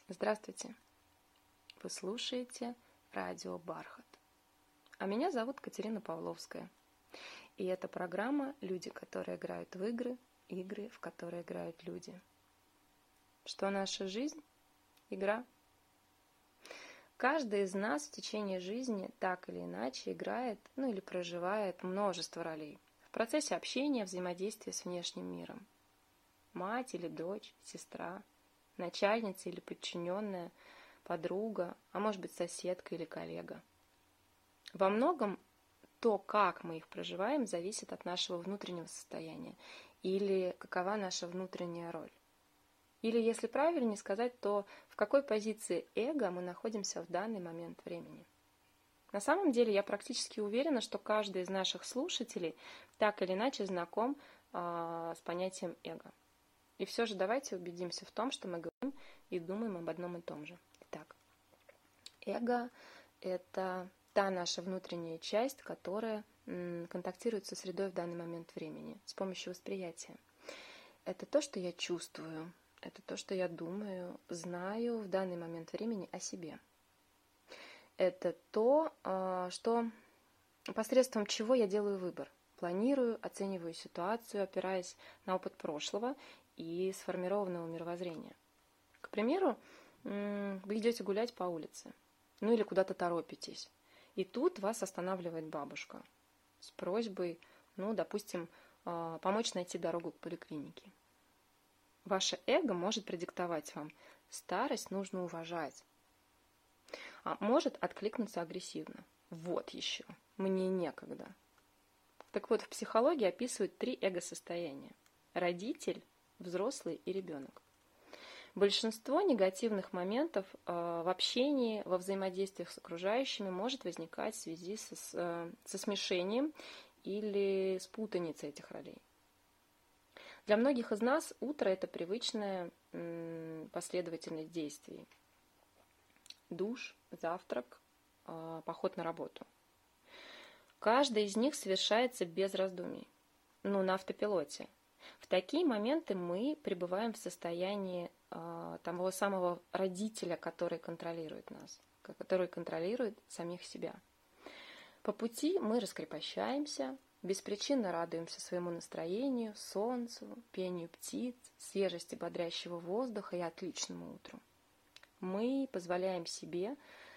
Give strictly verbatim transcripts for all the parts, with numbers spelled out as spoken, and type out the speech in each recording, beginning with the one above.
Здравствуйте! Вы слушаете радио «Бархат». А меня зовут Катерина Павловская. И это программа «Люди, которые играют в игры, игры, в которые играют люди». Что наша жизнь? Игра. Каждый из нас в течение жизни так или иначе играет, ну или проживает множество ролей в процессе общения, взаимодействия с внешним миром. Мать или дочь, сестра, начальница или подчиненная, подруга, а может быть соседка или коллега. Во многом то, как мы их проживаем, зависит от нашего внутреннего состояния или какова наша внутренняя роль. Или, если правильнее сказать, то в какой позиции эго мы находимся в данный момент времени. На самом деле я практически уверена, что каждый из наших слушателей так или иначе знаком э, с понятием эго. И все же давайте убедимся в том, что мы говорим и думаем об одном и том же. Итак, эго – это та наша внутренняя часть, которая м, контактирует со средой в данный момент времени с помощью восприятия. Это то, что я чувствую, это то, что я думаю, знаю в данный момент времени о себе. Это то, что посредством чего я делаю выбор. Планирую, оцениваю ситуацию, опираясь на опыт прошлого и сформированного мировоззрения. К примеру, вы идете гулять по улице, ну или куда-то торопитесь, и тут вас останавливает бабушка с просьбой, ну, допустим, помочь найти дорогу к поликлинике. Ваше эго может продиктовать вам: старость нужно уважать, а может откликнуться агрессивно. Вот еще, мне некогда. Так вот, в психологии описывают три эго-состояния: родитель, взрослый и ребенок. Большинство негативных моментов в общении, во взаимодействиях с окружающими может возникать в связи со, со смешением или с путаницей этих ролей. Для многих из нас утро – это привычная последовательность действий. Душ, завтрак, поход на работу. Каждый из них совершается без раздумий, ну, на автопилоте. В такие моменты мы пребываем в состоянии э, того самого родителя, который контролирует нас, который контролирует самих себя. По пути мы раскрепощаемся, беспричинно радуемся своему настроению, солнцу, пению птиц, свежести бодрящего воздуха и отличному утру. Мы позволяем себе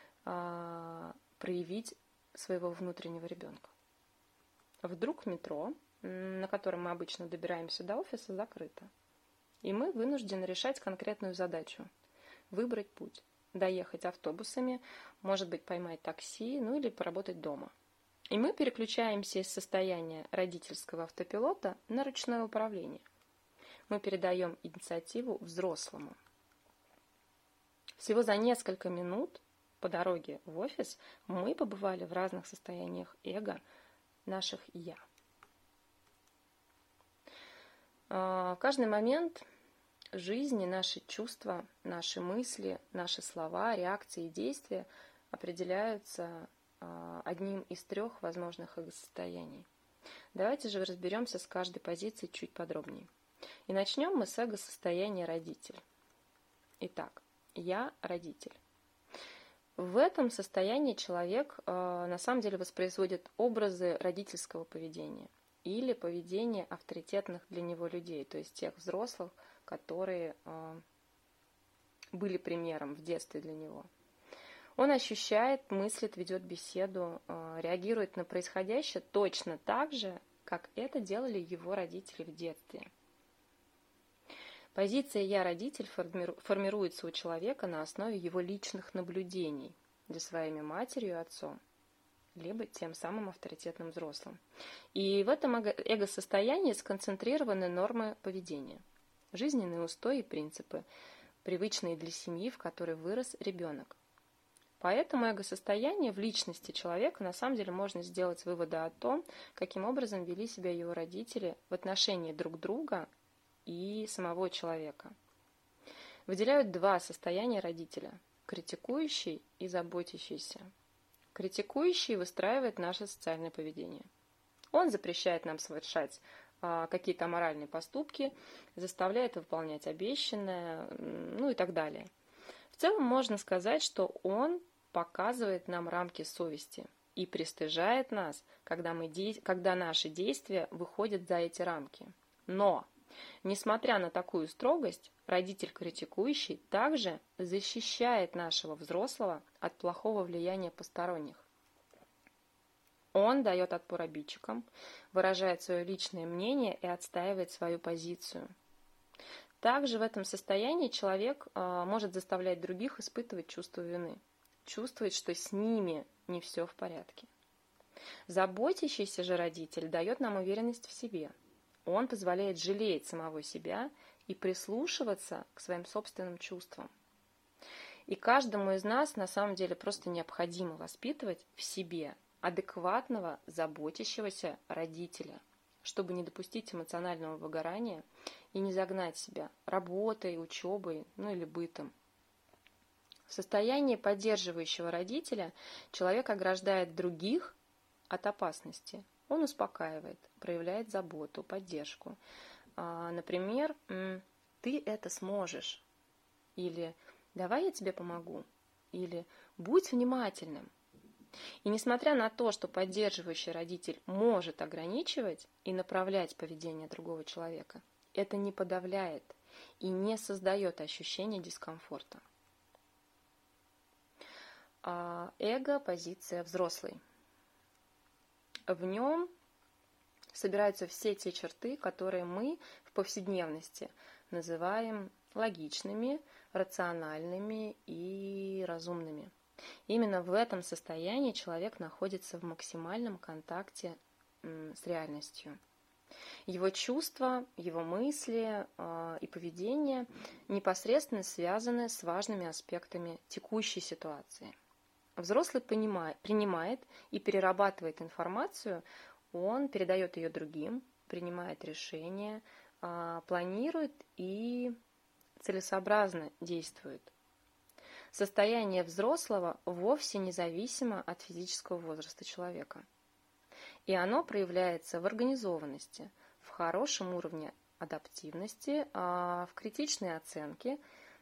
э, проявить своего внутреннего ребенка. Вдруг метро, на котором мы обычно добираемся до офиса, закрыто. И мы вынуждены решать конкретную задачу. Выбрать путь. Доехать автобусами, может быть, поймать такси, ну или поработать дома. И мы переключаемся из состояния родительского автопилота на ручное управление. Мы передаем инициативу взрослому. Всего за несколько минут по дороге в офис мы побывали в разных состояниях эго наших «я». В каждый момент жизни наши чувства, наши мысли, наши слова, реакции и действия определяются одним из трех возможных эго-состояний. Давайте же разберемся с каждой позицией чуть подробнее. И начнем мы с эго-состояния родитель. Итак, я родитель. В этом состоянии человек на самом деле воспроизводит образы родительского поведения или поведения авторитетных для него людей, то есть тех взрослых, которые э, были примером в детстве для него. Он ощущает, мыслит, ведет беседу, э, реагирует на происходящее точно так же, как это делали его родители в детстве. Позиция «я родитель» формиру, формируется у человека на основе его личных наблюдений за своими матерью и отцом, либо тем самым авторитетным взрослым. И в этом эго-состоянии сконцентрированы нормы поведения, жизненные устои и принципы, привычные для семьи, в которой вырос ребенок. Поэтому эго-состояние в личности человека на самом деле можно сделать выводы о том, каким образом вели себя его родители в отношении друг друга и самого человека. Выделяют два состояния родителя – критикующий и заботящийся. Критикующий выстраивает наше социальное поведение. Он запрещает нам совершать а, какие-то аморальные поступки, заставляет выполнять обещанное, ну и так далее. В целом можно сказать, что он показывает нам рамки совести и пристыжает нас, когда, мы де... когда наши действия выходят за эти рамки. Но, несмотря на такую строгость, родитель критикующий также защищает нашего взрослого от плохого влияния посторонних. Он дает отпор обидчикам, выражает свое личное мнение и отстаивает свою позицию. Также в этом состоянии человек а, может заставлять других испытывать чувство вины, чувствовать, что с ними не все в порядке. Заботящийся же родитель дает нам уверенность в себе. Он позволяет жалеть самого себя и прислушиваться к своим собственным чувствам. И каждому из нас на самом деле просто необходимо воспитывать в себе адекватного, заботящегося родителя, чтобы не допустить эмоционального выгорания и не загнать себя работой, учебой, ну или бытом. В состоянии поддерживающего родителя человек ограждает других от опасности. Он успокаивает, проявляет заботу, поддержку. Например, «ты это сможешь», или «давай я тебе помогу», или «будь внимательным». И несмотря на то, что поддерживающий родитель может ограничивать и направлять поведение другого человека, это не подавляет и не создает ощущения дискомфорта. Эго – позиция взрослый. В нем собираются все те черты, которые мы в повседневности называем логичными, рациональными и разумными. Именно в этом состоянии человек находится в максимальном контакте с реальностью. Его чувства, его мысли э, и поведение непосредственно связаны с важными аспектами текущей ситуации. Взрослый понимает, принимает и перерабатывает информацию, он передает ее другим, принимает решения, э, планирует и целесообразно действует. Состояние взрослого вовсе независимо от физического возраста человека. И оно проявляется в организованности, в хорошем уровне адаптивности, в критичной оценке,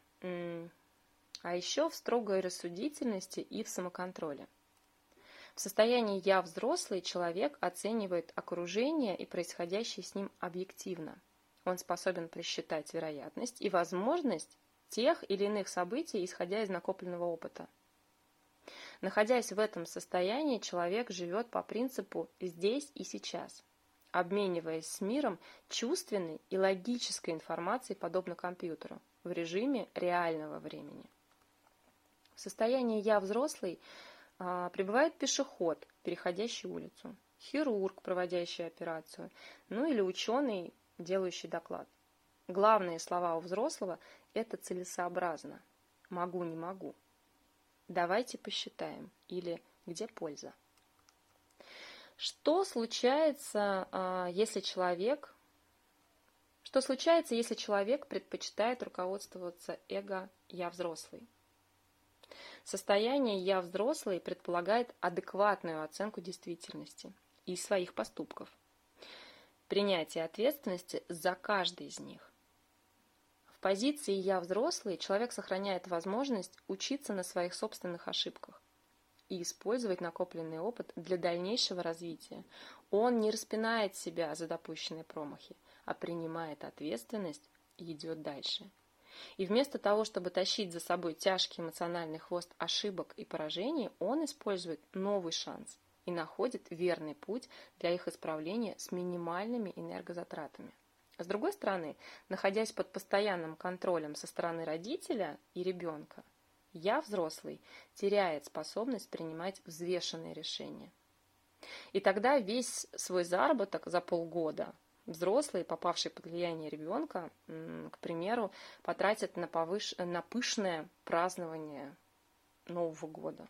а еще в строгой рассудительности и в самоконтроле. В состоянии «я взрослый» человек оценивает окружение и происходящее с ним объективно. Он способен просчитать вероятность и возможность тех или иных событий, исходя из накопленного опыта. Находясь в этом состоянии, человек живет по принципу «здесь и сейчас», обмениваясь с миром чувственной и логической информацией, подобно компьютеру, в режиме реального времени. В состоянии «я взрослый» а, пребывает пешеход, переходящий улицу, хирург, проводящий операцию, ну или ученый, делающий доклад. Главные слова у взрослого – это целесообразно. Могу, не могу. Давайте посчитаем. Или где польза. Что случается, если человек, что случается, если человек предпочитает руководствоваться эго «я взрослый»? Состояние «я взрослый» предполагает адекватную оценку действительности и своих поступков, принятие ответственности за каждый из них. В позиции «я взрослый» человек сохраняет возможность учиться на своих собственных ошибках и использовать накопленный опыт для дальнейшего развития. Он не распинает себя за допущенные промахи, а принимает ответственность и идет дальше. И вместо того, чтобы тащить за собой тяжкий эмоциональный хвост ошибок и поражений, он использует новый шанс и находит верный путь для их исправления с минимальными энергозатратами. С другой стороны, находясь под постоянным контролем со стороны родителя и ребенка, «я взрослый» теряет способность принимать взвешенные решения. И тогда весь свой заработок за полгода взрослый, попавший под влияние ребенка, к примеру, потратит на, повыш... на пышное празднование Нового года.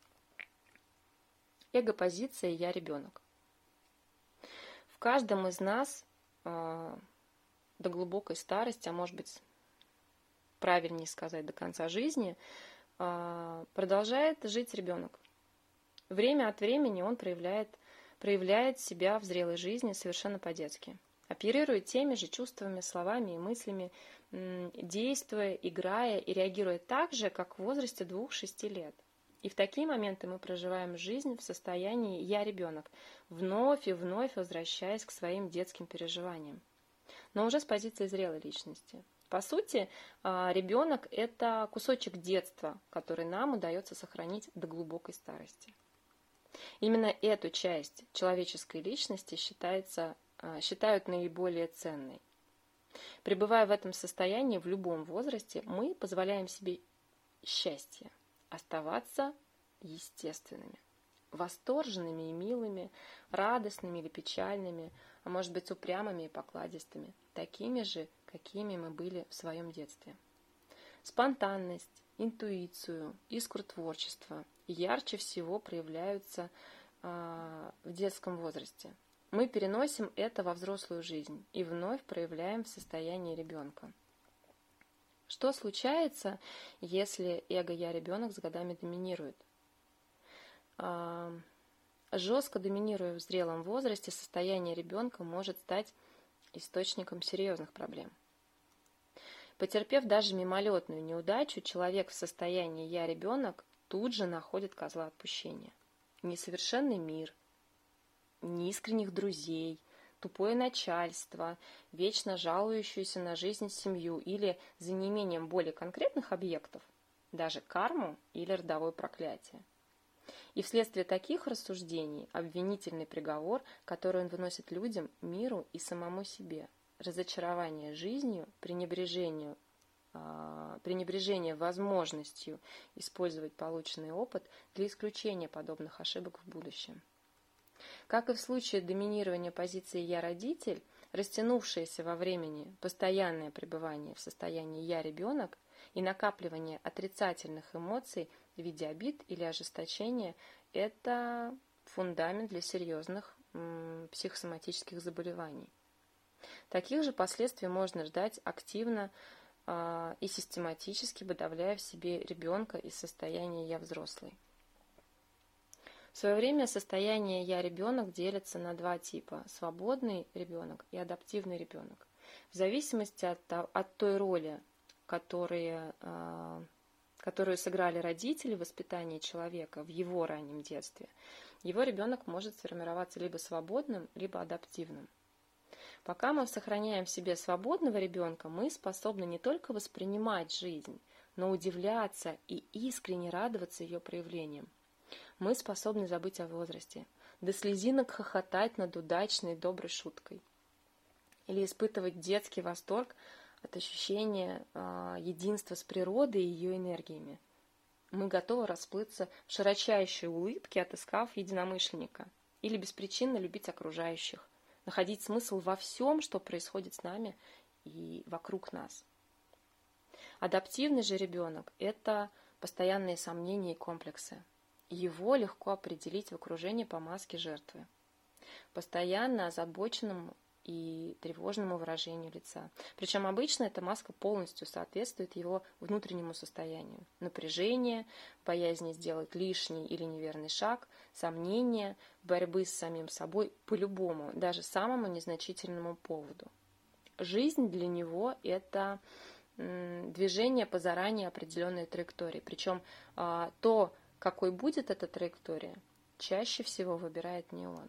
Эго-позиция «я ребенок». В каждом из нас э, до глубокой старости, а может быть, правильнее сказать, до конца жизни, э, продолжает жить ребенок. Время от времени он проявляет, проявляет себя в зрелой жизни совершенно по-детски. Оперирует теми же чувствами, словами и мыслями, действуя, играя и реагируя так же, как в возрасте двух-шести лет. И в такие моменты мы проживаем жизнь в состоянии «я ребенок», вновь и вновь возвращаясь к своим детским переживаниям, но уже с позиции зрелой личности. По сути, ребенок – это кусочек детства, который нам удается сохранить до глубокой старости. Именно эту часть человеческой личности считается, считают наиболее ценной. Пребывая в этом состоянии в любом возрасте, мы позволяем себе счастье, оставаться естественными, восторженными и милыми, радостными или печальными, а может быть упрямыми и покладистыми, такими же, какими мы были в своем детстве. Спонтанность, интуицию, искру творчества ярче всего проявляются э, в детском возрасте. Мы переносим это во взрослую жизнь и вновь проявляем в состоянии ребенка. Что случается, если эго-я ребенок с годами доминирует? Жестко доминируя в зрелом возрасте, состояние ребенка может стать источником серьезных проблем. Потерпев даже мимолетную неудачу, человек в состоянии «я ребенок» тут же находит козла отпущения. Несовершенный мир, неискренних друзей, тупое начальство, вечно жалующуюся на жизнь семью или, за неимением более конкретных объектов, даже карму или родовое проклятие. И вследствие таких рассуждений обвинительный приговор, который он выносит людям, миру и самому себе, разочарование жизнью, пренебрежение, э, пренебрежение возможностью использовать полученный опыт для исключения подобных ошибок в будущем. Как и в случае доминирования позиции «я родитель», растянувшееся во времени постоянное пребывание в состоянии «я ребенок» и накапливание отрицательных эмоций в виде обид или ожесточения – это фундамент для серьезных м, психосоматических заболеваний. Таких же последствий можно ждать активно э, и систематически подавляя в себе ребенка из состояния «я взрослый». В свое время состояние «я ребенок» делится на два типа – свободный ребенок и адаптивный ребенок. В зависимости от, от той роли, которые, э, которую сыграли родители в воспитании человека в его раннем детстве, его ребенок может сформироваться либо свободным, либо адаптивным. Пока мы сохраняем в себе свободного ребенка, мы способны не только воспринимать жизнь, но удивляться и искренне радоваться ее проявлениям. Мы способны забыть о возрасте, до слезинок хохотать над удачной доброй шуткой или испытывать детский восторг от ощущения э, единства с природой и ее энергиями. Мы готовы расплыться в широчайшей улыбке, отыскав единомышленника, или беспричинно любить окружающих, находить смысл во всем, что происходит с нами и вокруг нас. Адаптивный же ребенок – это постоянные сомнения и комплексы. Его легко определить в окружении по маске жертвы, постоянно озабоченному и тревожному выражению лица. Причем обычно эта маска полностью соответствует его внутреннему состоянию. Напряжение, боязнь сделать лишний или неверный шаг, сомнения, борьбы с самим собой по любому, даже самому незначительному поводу. Жизнь для него – это движение по заранее определенной траектории. Причем то, какой будет эта траектория, чаще всего выбирает не он.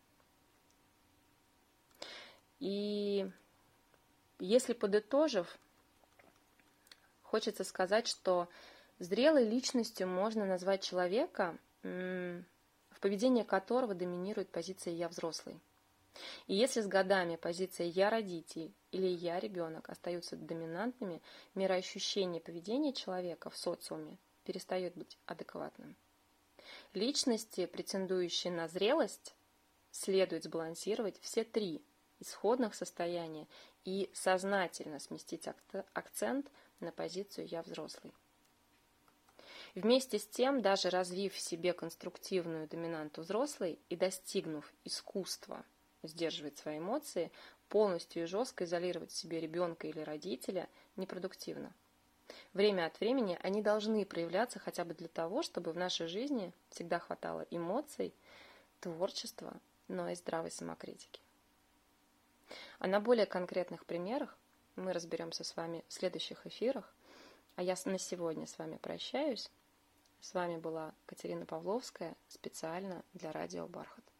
И если подытожив, хочется сказать, что зрелой личностью можно назвать человека, в поведении которого доминирует позиция «я взрослый». И если с годами позиция «я родитель» или «я ребенок» остаются доминантными, мироощущение поведения человека в социуме перестает быть адекватным. Личности, претендующие на зрелость, следует сбалансировать все три исходных состояния и сознательно сместить акцент на позицию «я взрослый». Вместе с тем, даже развив в себе конструктивную доминанту взрослый и достигнув искусства сдерживать свои эмоции, полностью и жестко изолировать в себе ребенка или родителя непродуктивно. Время от времени они должны проявляться хотя бы для того, чтобы в нашей жизни всегда хватало эмоций, творчества, но и здравой самокритики. А на более конкретных примерах мы разберемся с вами в следующих эфирах. А я на сегодня с вами прощаюсь. С вами была Катерина Павловская специально для радио «Бархат».